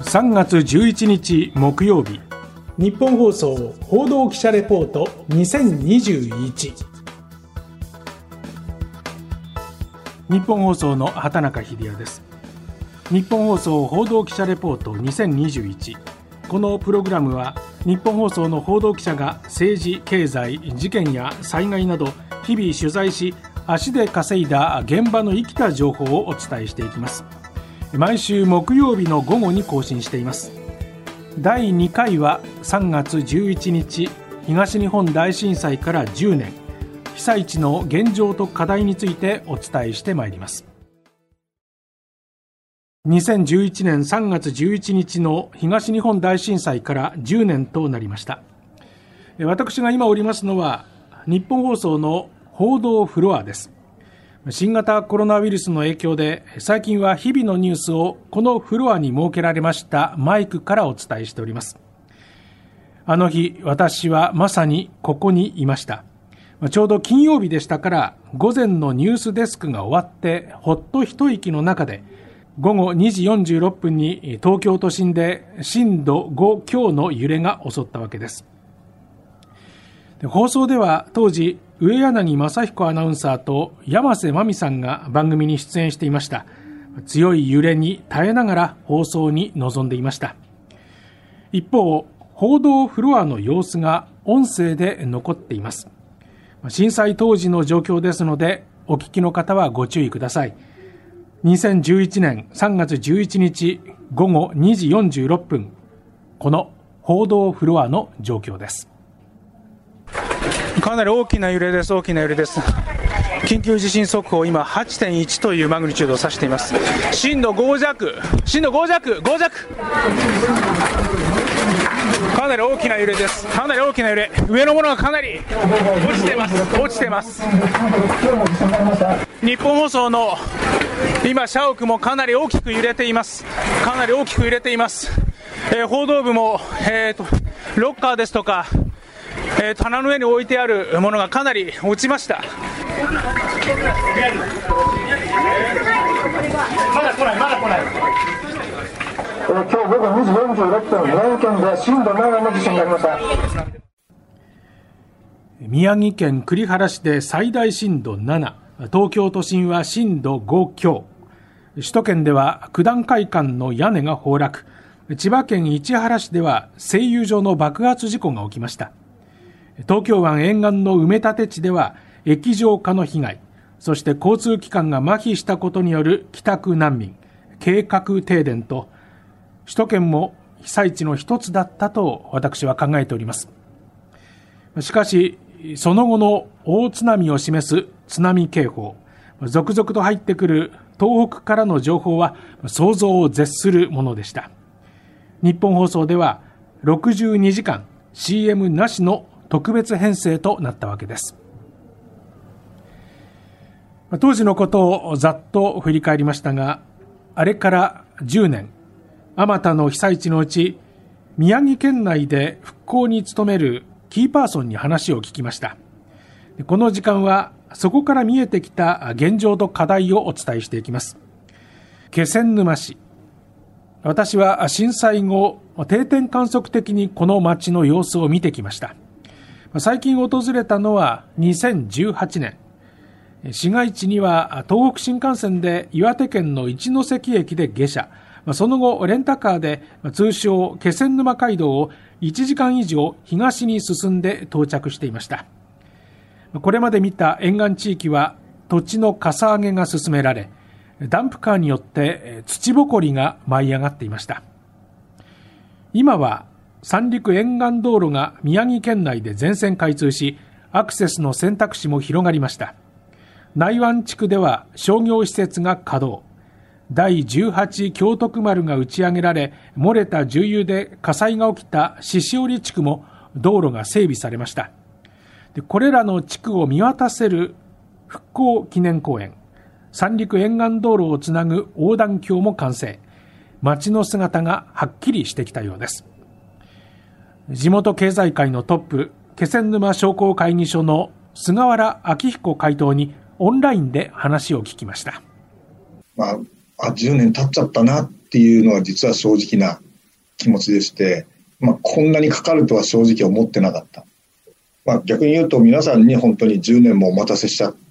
3月11日木曜日、日本放送報道記者レポート2021。日本放送の畑中秀也です。日本放送報道記者レポート2021。このプログラムは日本放送の報道記者が政治、経済、事件や災害など日々取材し、足で稼いだ現場の生きた情報をお伝えしていきます。毎週木曜日の午後に更新しています。第2回は3月11日、東日本大震災から10年、被災地の現状と課題についてお伝えしてまいります。2011年3月11日の東日本大震災から10年となりました。私が今おりますのは日本放送の報道フロアです。新型コロナウイルスの影響で最近は日々のニュースをこのフロアに設けられましたマイクからお伝えしております。あの日、私はまさにここにいました。ちょうど金曜日でしたから、午前のニュースデスクが終わってほっと一息の中で、午後2時46分に東京都心で震度5強の揺れが襲ったわけです。放送では当時上柳正彦アナウンサーと山瀬真美さんが番組に出演していました。強い揺れに耐えながら放送に臨んでいました。一方、報道フロアの様子が音声で残っています。震災当時の状況ですので、お聞きの方はご注意ください。2011年3月11日午後2時46分、この報道フロアの状況です。かなり大きな揺れです。大きな揺れです。緊急地震速報、今 8.1 というマグニチュードを指しています。震度5弱、震度5弱、5弱。かなり大きな揺れです。かなり大きな揺れ。上のものがかなり落ちてます。落ちてます。日本放送の今社屋もかなり大きく揺れています。かなり大きく揺れています。報道部も、ロッカーですとか、棚の上に置いてあるものがかなり落ちました。まだ来ない、まだ来ない。今日午後2時46分、宮城県で震度7の地震がありました。宮城県栗原市で最大震度7、東京都心は震度5強。首都圏では九段会館の屋根が崩落。千葉県市原市では製油所の爆発事故が起きました。東京湾沿岸の埋め立て地では液状化の被害、そして交通機関が麻痺したことによる帰宅難民、計画停電と、首都圏も被災地の一つだったと私は考えております。しかし、その後の大津波を示す津波警報、続々と入ってくる東北からの情報は想像を絶するものでした。日本放送では62時間 CM なしの特別編成となったわけです。当時のことをざっと振り返りましたが、あれから10年、あまたの被災地のうち宮城県内で復興に努めるキーパーソンに話を聞きました。この時間はそこから見えてきた現状と課題をお伝えしていきます。気仙沼市、私は震災後定点観測的にこの町の様子を見てきました。最近訪れたのは2018年。市街地には東北新幹線で岩手県の一ノ関駅で下車。その後レンタカーで通称気仙沼街道を1時間以上東に進んで到着していました。これまで見た沿岸地域は土地のかさ上げが進められ、ダンプカーによって土ぼこりが舞い上がっていました。今は三陸沿岸道路が宮城県内で全線開通し、アクセスの選択肢も広がりました。内湾地区では商業施設が稼働。第18京徳丸が打ち上げられ、漏れた重油で火災が起きた獅折地区も道路が整備されました。これらの地区を見渡せる復興記念公園、三陸沿岸道路をつなぐ横断橋も完成。街の姿がはっきりしてきたようです。地元経済界のトップ、気仙沼商工会議所の菅原明彦会頭にオンラインで話を聞きました。 10年経っちゃったなっていうのは実は正直な気持ちでして、こんなにかかるとは正直思ってなかった。逆に言うと皆さんに本当に10年もお待たせしちゃって、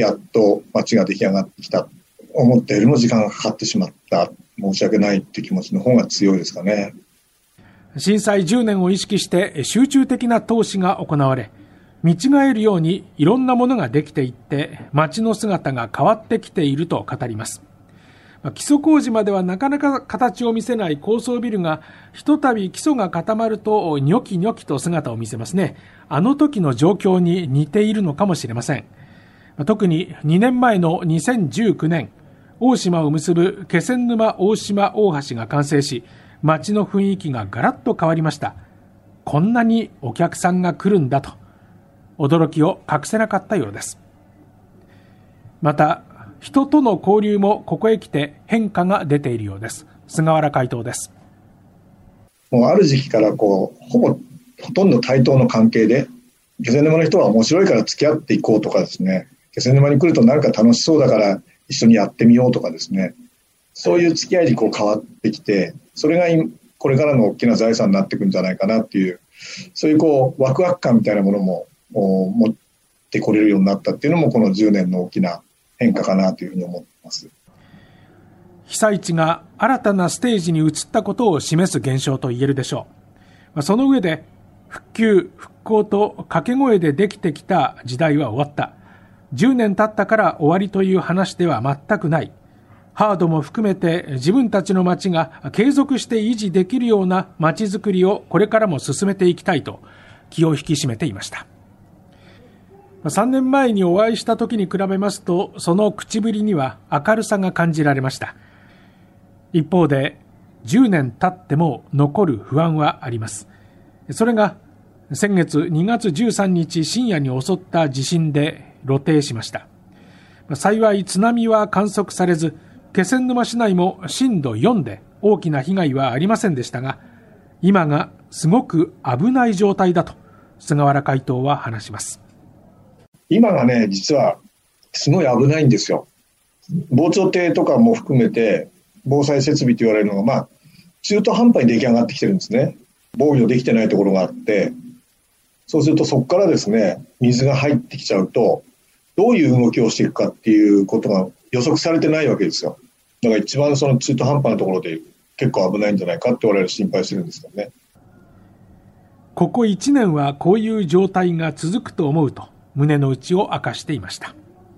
やっと街が出来上がってきた。思ったよりも時間がかかってしまった。申し訳ないっていう気持ちの方が強いですかね。 震災10年を意識して集中的な投資が行われ、見違えるようにいろんなものができていって街の姿が変わってきていると語ります。基礎工事まではなかなか形を見せない高層ビルがひとたび基礎が固まるとニョキニョキと姿を見せますね。あの時の状況に似ているのかもしれません。特に2年前の2019年、大島を結ぶ気仙沼大島大橋が完成し、街の雰囲気がガラッと変わりました。こんなにお客さんが来るんだと驚きを隠せなかったようです。また人との交流もここへ来て変化が出ているようです。菅原会頭です。 もうある時期からほとんど対等の関係で、気仙沼の人は面白いから付き合っていこうとかですね、気仙沼に来るとなんか楽しそうだから一緒にやってみようとかですね、そういう付き合いに変わってきて、それがこれからの大きな財産になっていくんじゃないかなっていう、そういうワクワク感みたいなものも持ってこれるようになったっていうのも、この10年の大きな変化かなというふうに思っています。 被災地が新たなステージに移ったことを示す現象と言えるでしょう。その上で復旧復興と掛け声でできてきた時代は終わった。10年経ったから終わりという話では全くない。ハードも含めて自分たちの街が継続して維持できるような街づくりをこれからも進めていきたいと気を引き締めていました。3年前にお会いした時に比べますと、その口ぶりには明るさが感じられました。一方で10年経っても残る不安はあります。それが先月2月13日深夜に襲った地震で露呈しました。幸い津波は観測されず、気仙沼市内も震度4で大きな被害はありませんでしたが、今がすごく危ない状態だと菅原会頭は話します。 今がね、実はすごい危ないんですよ。防潮堤とかも含めて防災設備と言われるのが、中途半端に出来上がってきてるんですね。防御できてないところがあって、そうするとそこからですね、水が入ってきちゃうと、どういう動きをしていくかっていうことが予測されてないわけですよ。だから一番その中途半端なところで結構危ないんじゃないかって我々心配してるんですけどね。 ここ1年はこういう状態が続くと思うと胸の内を明かしていました。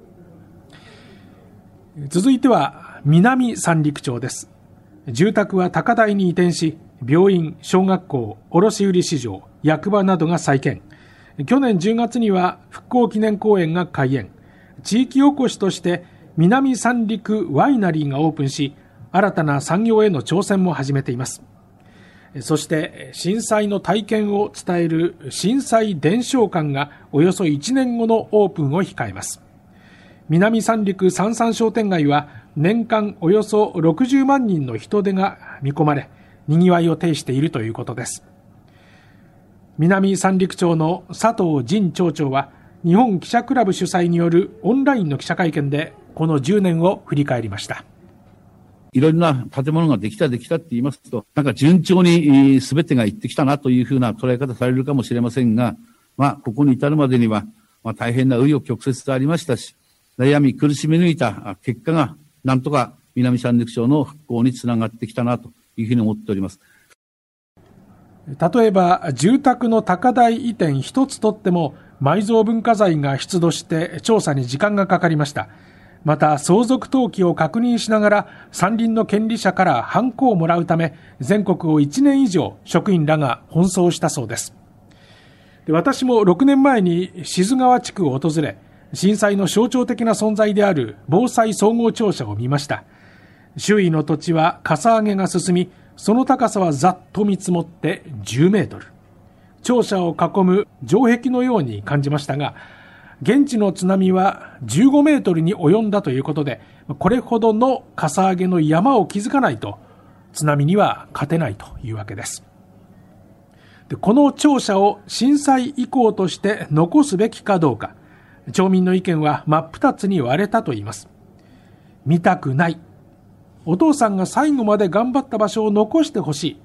続いては南三陸町です。住宅は高台に移転し、病院、小学校、卸売市場、役場などが再建。去年10月には復興記念公園が開園。地域おこしとして南三陸ワイナリーがオープンし、新たな産業への挑戦も始めています。そして震災の体験を伝える震災伝承館がおよそ1年後のオープンを控えます。南三陸三々商店街は年間およそ60万人の人出が見込まれ、賑わいを呈しているということです。南三陸町の佐藤仁町長は、日本記者クラブ主催によるオンラインの記者会見でこの10年を振り返りました。 いろいろな建物ができたって言いますと、なんか順調に全てがいってきたなというふうな捉え方されるかもしれませんが、ここに至るまでには、大変な紆余曲折がありましたし、悩み苦しみ抜いた結果が、なんとか南三陸町の復興につながってきたなというふうに思っております。 例えば住宅の高台移転一つとっても埋蔵文化財が出土して調査に時間がかかりました。また相続登記を確認しながら山林の権利者からハンコをもらうため、全国を1年以上職員らが奔走したそうです。私も6年前に志津川地区を訪れ、震災の象徴的な存在である防災総合庁舎を見ました。周囲の土地はかさ上げが進み、その高さはざっと見積もって10メートル。庁舎を囲む城壁のように感じましたが、現地の津波は15メートルに及んだということで、これほどのかさ上げの山を築かないと津波には勝てないというわけです。で、この庁舎を震災遺構として残すべきかどうか、町民の意見は真っ二つに割れたといいます。見たくない。お父さんが最後まで頑張った場所を残してほしい。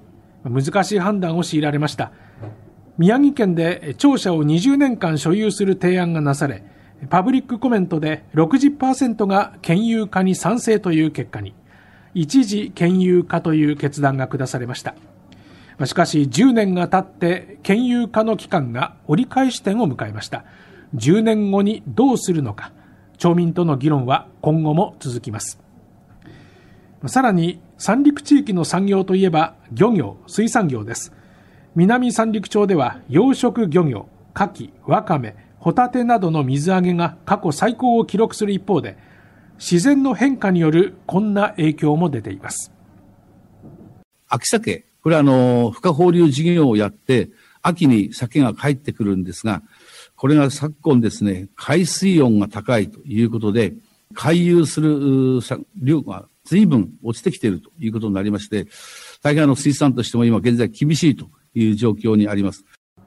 難しい判断を強いられました。宮城県で庁舎を20年間所有する提案がなされ、パブリックコメントで 60% が県有化に賛成という結果に、一時県有化という決断が下されました。しかし10年が経って県有化の期間が折り返し点を迎えました。10年後にどうするのか、町民との議論は今後も続きます。さらに三陸地域の産業といえば漁業、水産業です。南三陸町では養殖漁業、牡蠣、わかめ、ホタテなどの水揚げが過去最高を記録する一方で、自然の変化によるこんな影響も出ています。 秋鮭、これは孵化放流事業をやって秋に鮭が帰ってくるんですが、これが昨今ですね、海水温が高いということで、回遊する量が随分落ちてきているということになりまして、大変水産としても今現在厳しいという状況にあります。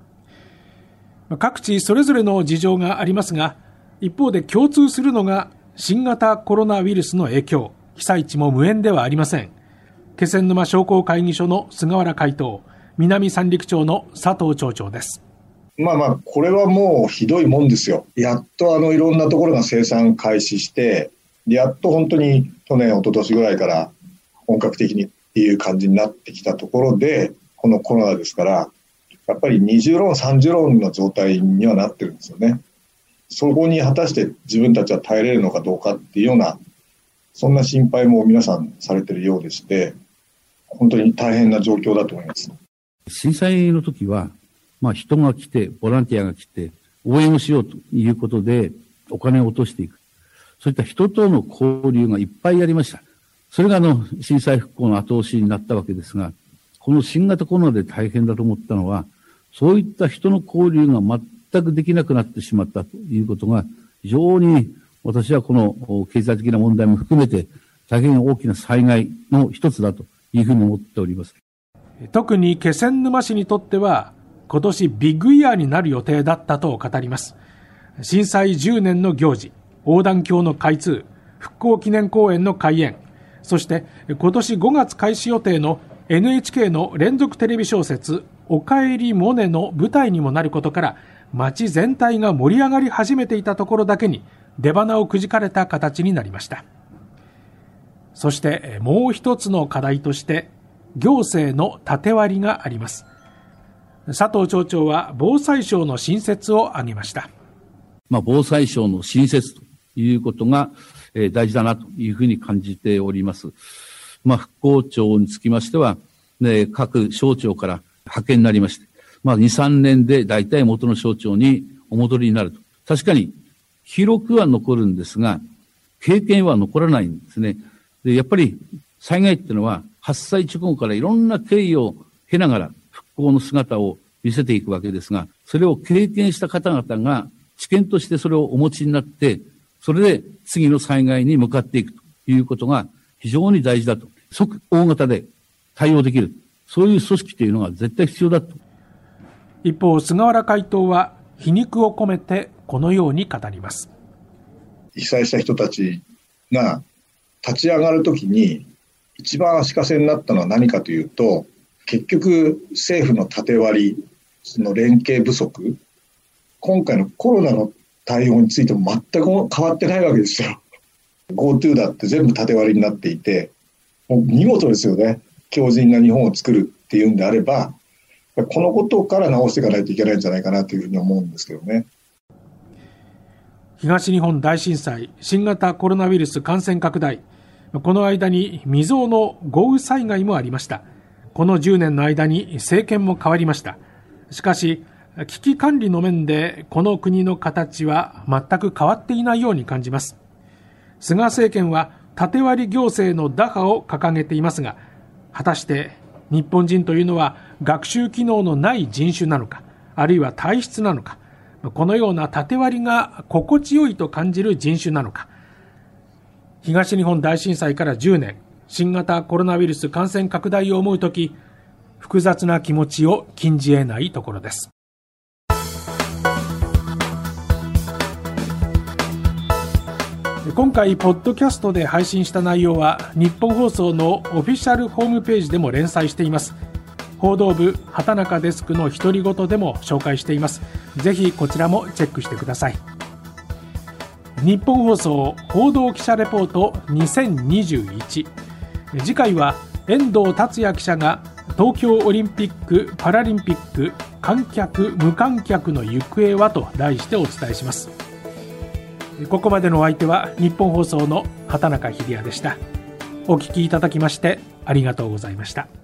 各地それぞれの事情がありますが、一方で共通するのが新型コロナウイルスの影響、被災地も無縁ではありません。気仙沼商工会議所の菅原会頭、南三陸町の佐藤町長です。 これはもうひどいもんですよ。やっといろんなところが生産開始して、やっと本当に去年、一昨年ぐらいから本格的にっていう感じになってきたところで、このコロナですから、やっぱり二重ローン、三重ローンの状態にはなってるんですよね。そこに果たして自分たちは耐えれるのかどうかっていうような、そんな心配も皆さんされているようでして、本当に大変な状況だと思います。 震災の時は、人が来て、ボランティアが来て、応援をしようということで、お金を落としていく。そういった人との交流がいっぱいありました。それが震災復興の後押しになったわけですが、この新型コロナで大変だと思ったのは、そういった人の交流が全くできなくなってしまったということが、非常に私はこの経済的な問題も含めて、大変大きな災害の一つだというふうに思っております。 特に気仙沼市にとっては、今年ビッグイヤーになる予定だったと語ります。震災10年の行事、横断橋の開通、復興記念公園の開園、そして今年5月開始予定の NHK の連続テレビ小説おかえりモネの舞台にもなることから、街全体が盛り上がり始めていたところだけに出花をくじかれた形になりました。そしてもう一つの課題として行政の縦割りがあります。佐藤町長は防災省の新設を挙げました。 防災省の新設ということが大事だなというふうに感じております。復興庁につきましては、各省庁から派遣になりまして、2、3年で大体元の省庁にお戻りになると。確かに記録は残るんですが、経験は残らないんですね。で、やっぱり災害っていうのは発災直後からいろんな経緯を経ながら復興の姿を見せていくわけですが、それを経験した方々が知見としてそれをお持ちになって、それで次の災害に向かっていくということが非常に大事だと。即大型で対応できる。そういう組織というのが絶対必要だと。 一方、菅原会頭は皮肉を込めてこのように語ります。 被災した人たちが立ち上がるときに一番足かせになったのは何かというと、結局政府の縦割り、その連携不足、今回のコロナの対応についても全く変わってないわけですよ。GoTo だって全部縦割りになっていて、もう見事ですよね。強靭な日本を作るっていうんであれば、このことから直していかないといけないんじゃないかなというふうに思うんですけどね。 東日本大震災、新型コロナウイルス感染拡大、この間に未曾有の豪雨災害もありました。この10年の間に政権も変わりました。しかし、危機管理の面でこの国の形は全く変わっていないように感じます。菅政権は縦割り行政の打破を掲げていますが、果たして日本人というのは学習機能のない人種なのか、あるいは体質なのか、このような縦割りが心地よいと感じる人種なのか。東日本大震災から10年、新型コロナウイルス感染拡大を思うとき、複雑な気持ちを禁じ得ないところです。今回ポッドキャストで配信した内容は日本放送のオフィシャルホームページでも連載しています。 報道部畑中デスクの独り言でも紹介しています。ぜひこちらもチェックしてください。日本放送報道記者レポート2021、次回は遠藤達也記者が東京オリンピック・パラリンピック観客無観客の行方はと題してお伝えします。ここまでのお相手は日本放送の畑中秀也でした。お聞きいただきましてありがとうございました。